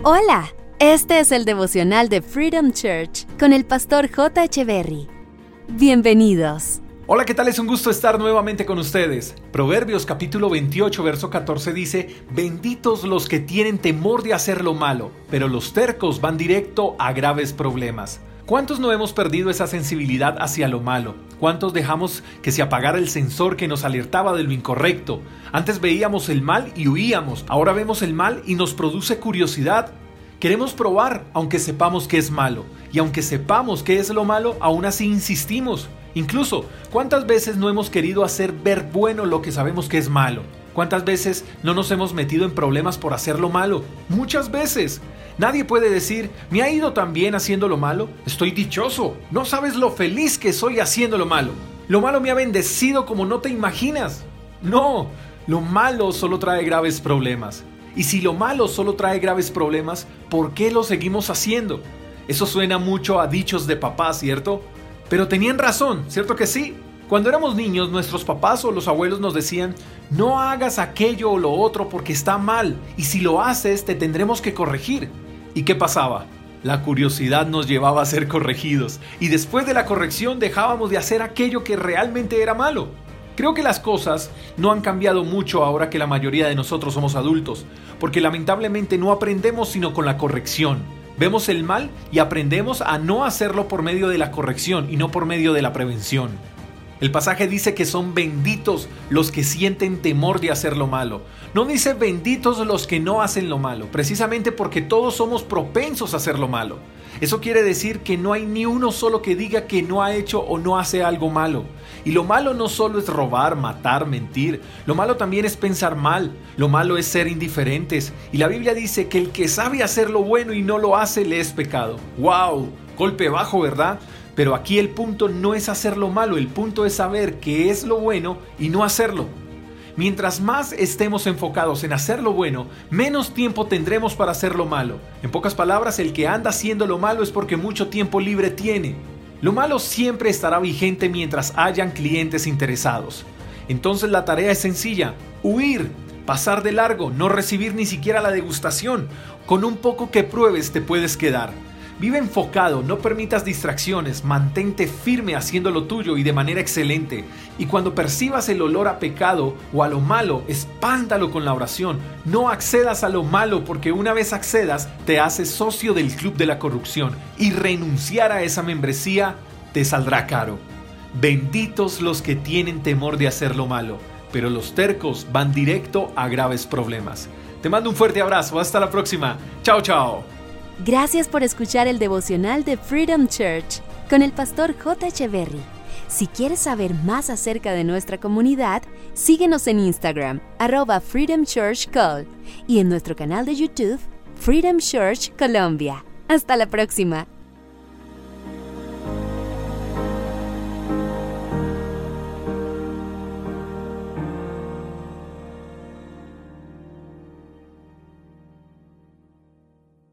Hola, este es el devocional de Freedom Church con el pastor J. Berry. Bienvenidos. Hola, ¿qué tal? Es un gusto estar nuevamente con ustedes. Proverbios capítulo 28, verso 14 dice: benditos los que tienen temor de hacer lo malo, pero los tercos van directo a graves problemas. ¿Cuántos no hemos perdido esa sensibilidad hacia lo malo? ¿Cuántos dejamos que se apagara el sensor que nos alertaba de lo incorrecto? Antes veíamos el mal y huíamos, ahora vemos el mal y nos produce curiosidad. Queremos probar, aunque sepamos que es malo. Y aunque sepamos que es lo malo, aún así insistimos. Incluso, ¿cuántas veces no hemos querido hacer ver bueno lo que sabemos que es malo? ¿Cuántas veces no nos hemos metido en problemas por hacer lo malo? Muchas veces. Nadie puede decir: me ha ido tan bien haciendo lo malo, estoy dichoso. No sabes lo feliz que soy haciendo lo malo. Lo malo me ha bendecido como no te imaginas. No, lo malo solo trae graves problemas. Y si lo malo solo trae graves problemas, ¿por qué lo seguimos haciendo? Eso suena mucho a dichos de papá, ¿cierto? Pero tenían razón, ¿cierto que sí? Cuando éramos niños, nuestros papás o los abuelos nos decían: no hagas aquello o lo otro porque está mal, y si lo haces te tendremos que corregir. ¿Y qué pasaba? La curiosidad nos llevaba a ser corregidos, y después de la corrección dejábamos de hacer aquello que realmente era malo. Creo que las cosas no han cambiado mucho ahora que la mayoría de nosotros somos adultos, porque lamentablemente no aprendemos sino con la corrección. Vemos el mal y aprendemos a no hacerlo por medio de la corrección y no por medio de la prevención. El pasaje dice que son benditos los que sienten temor de hacer lo malo. No dice benditos los que no hacen lo malo, precisamente porque todos somos propensos a hacer lo malo. Eso quiere decir que no hay ni uno solo que diga que no ha hecho o no hace algo malo. Y lo malo no solo es robar, matar, mentir. Lo malo también es pensar mal. Lo malo es ser indiferentes. Y la Biblia dice que el que sabe hacer lo bueno y no lo hace le es pecado. ¡Wow! Golpe bajo, ¿verdad? Pero aquí el punto no es hacer lo malo, el punto es saber qué es lo bueno y no hacerlo. Mientras más estemos enfocados en hacer lo bueno, menos tiempo tendremos para hacer lo malo. En pocas palabras, el que anda haciendo lo malo es porque mucho tiempo libre tiene. Lo malo siempre estará vigente mientras hayan clientes interesados. Entonces la tarea es sencilla: huir, pasar de largo, no recibir ni siquiera la degustación. Con un poco que pruebes te puedes quedar. Vive enfocado, no permitas distracciones, mantente firme haciendo lo tuyo y de manera excelente. Y cuando percibas el olor a pecado o a lo malo, espántalo con la oración. No accedas a lo malo, porque una vez accedas, te haces socio del club de la corrupción, y renunciar a esa membresía te saldrá caro. Benditos los que tienen temor de hacer lo malo, pero los tercos van directo a graves problemas. Te mando un fuerte abrazo, hasta la próxima. Chao, chao. Gracias por escuchar el devocional de Freedom Church con el pastor J. Berry. Si quieres saber más acerca de nuestra comunidad, síguenos en Instagram, @Freedom Church Call, y en nuestro canal de YouTube, Freedom Church Colombia. Hasta la próxima.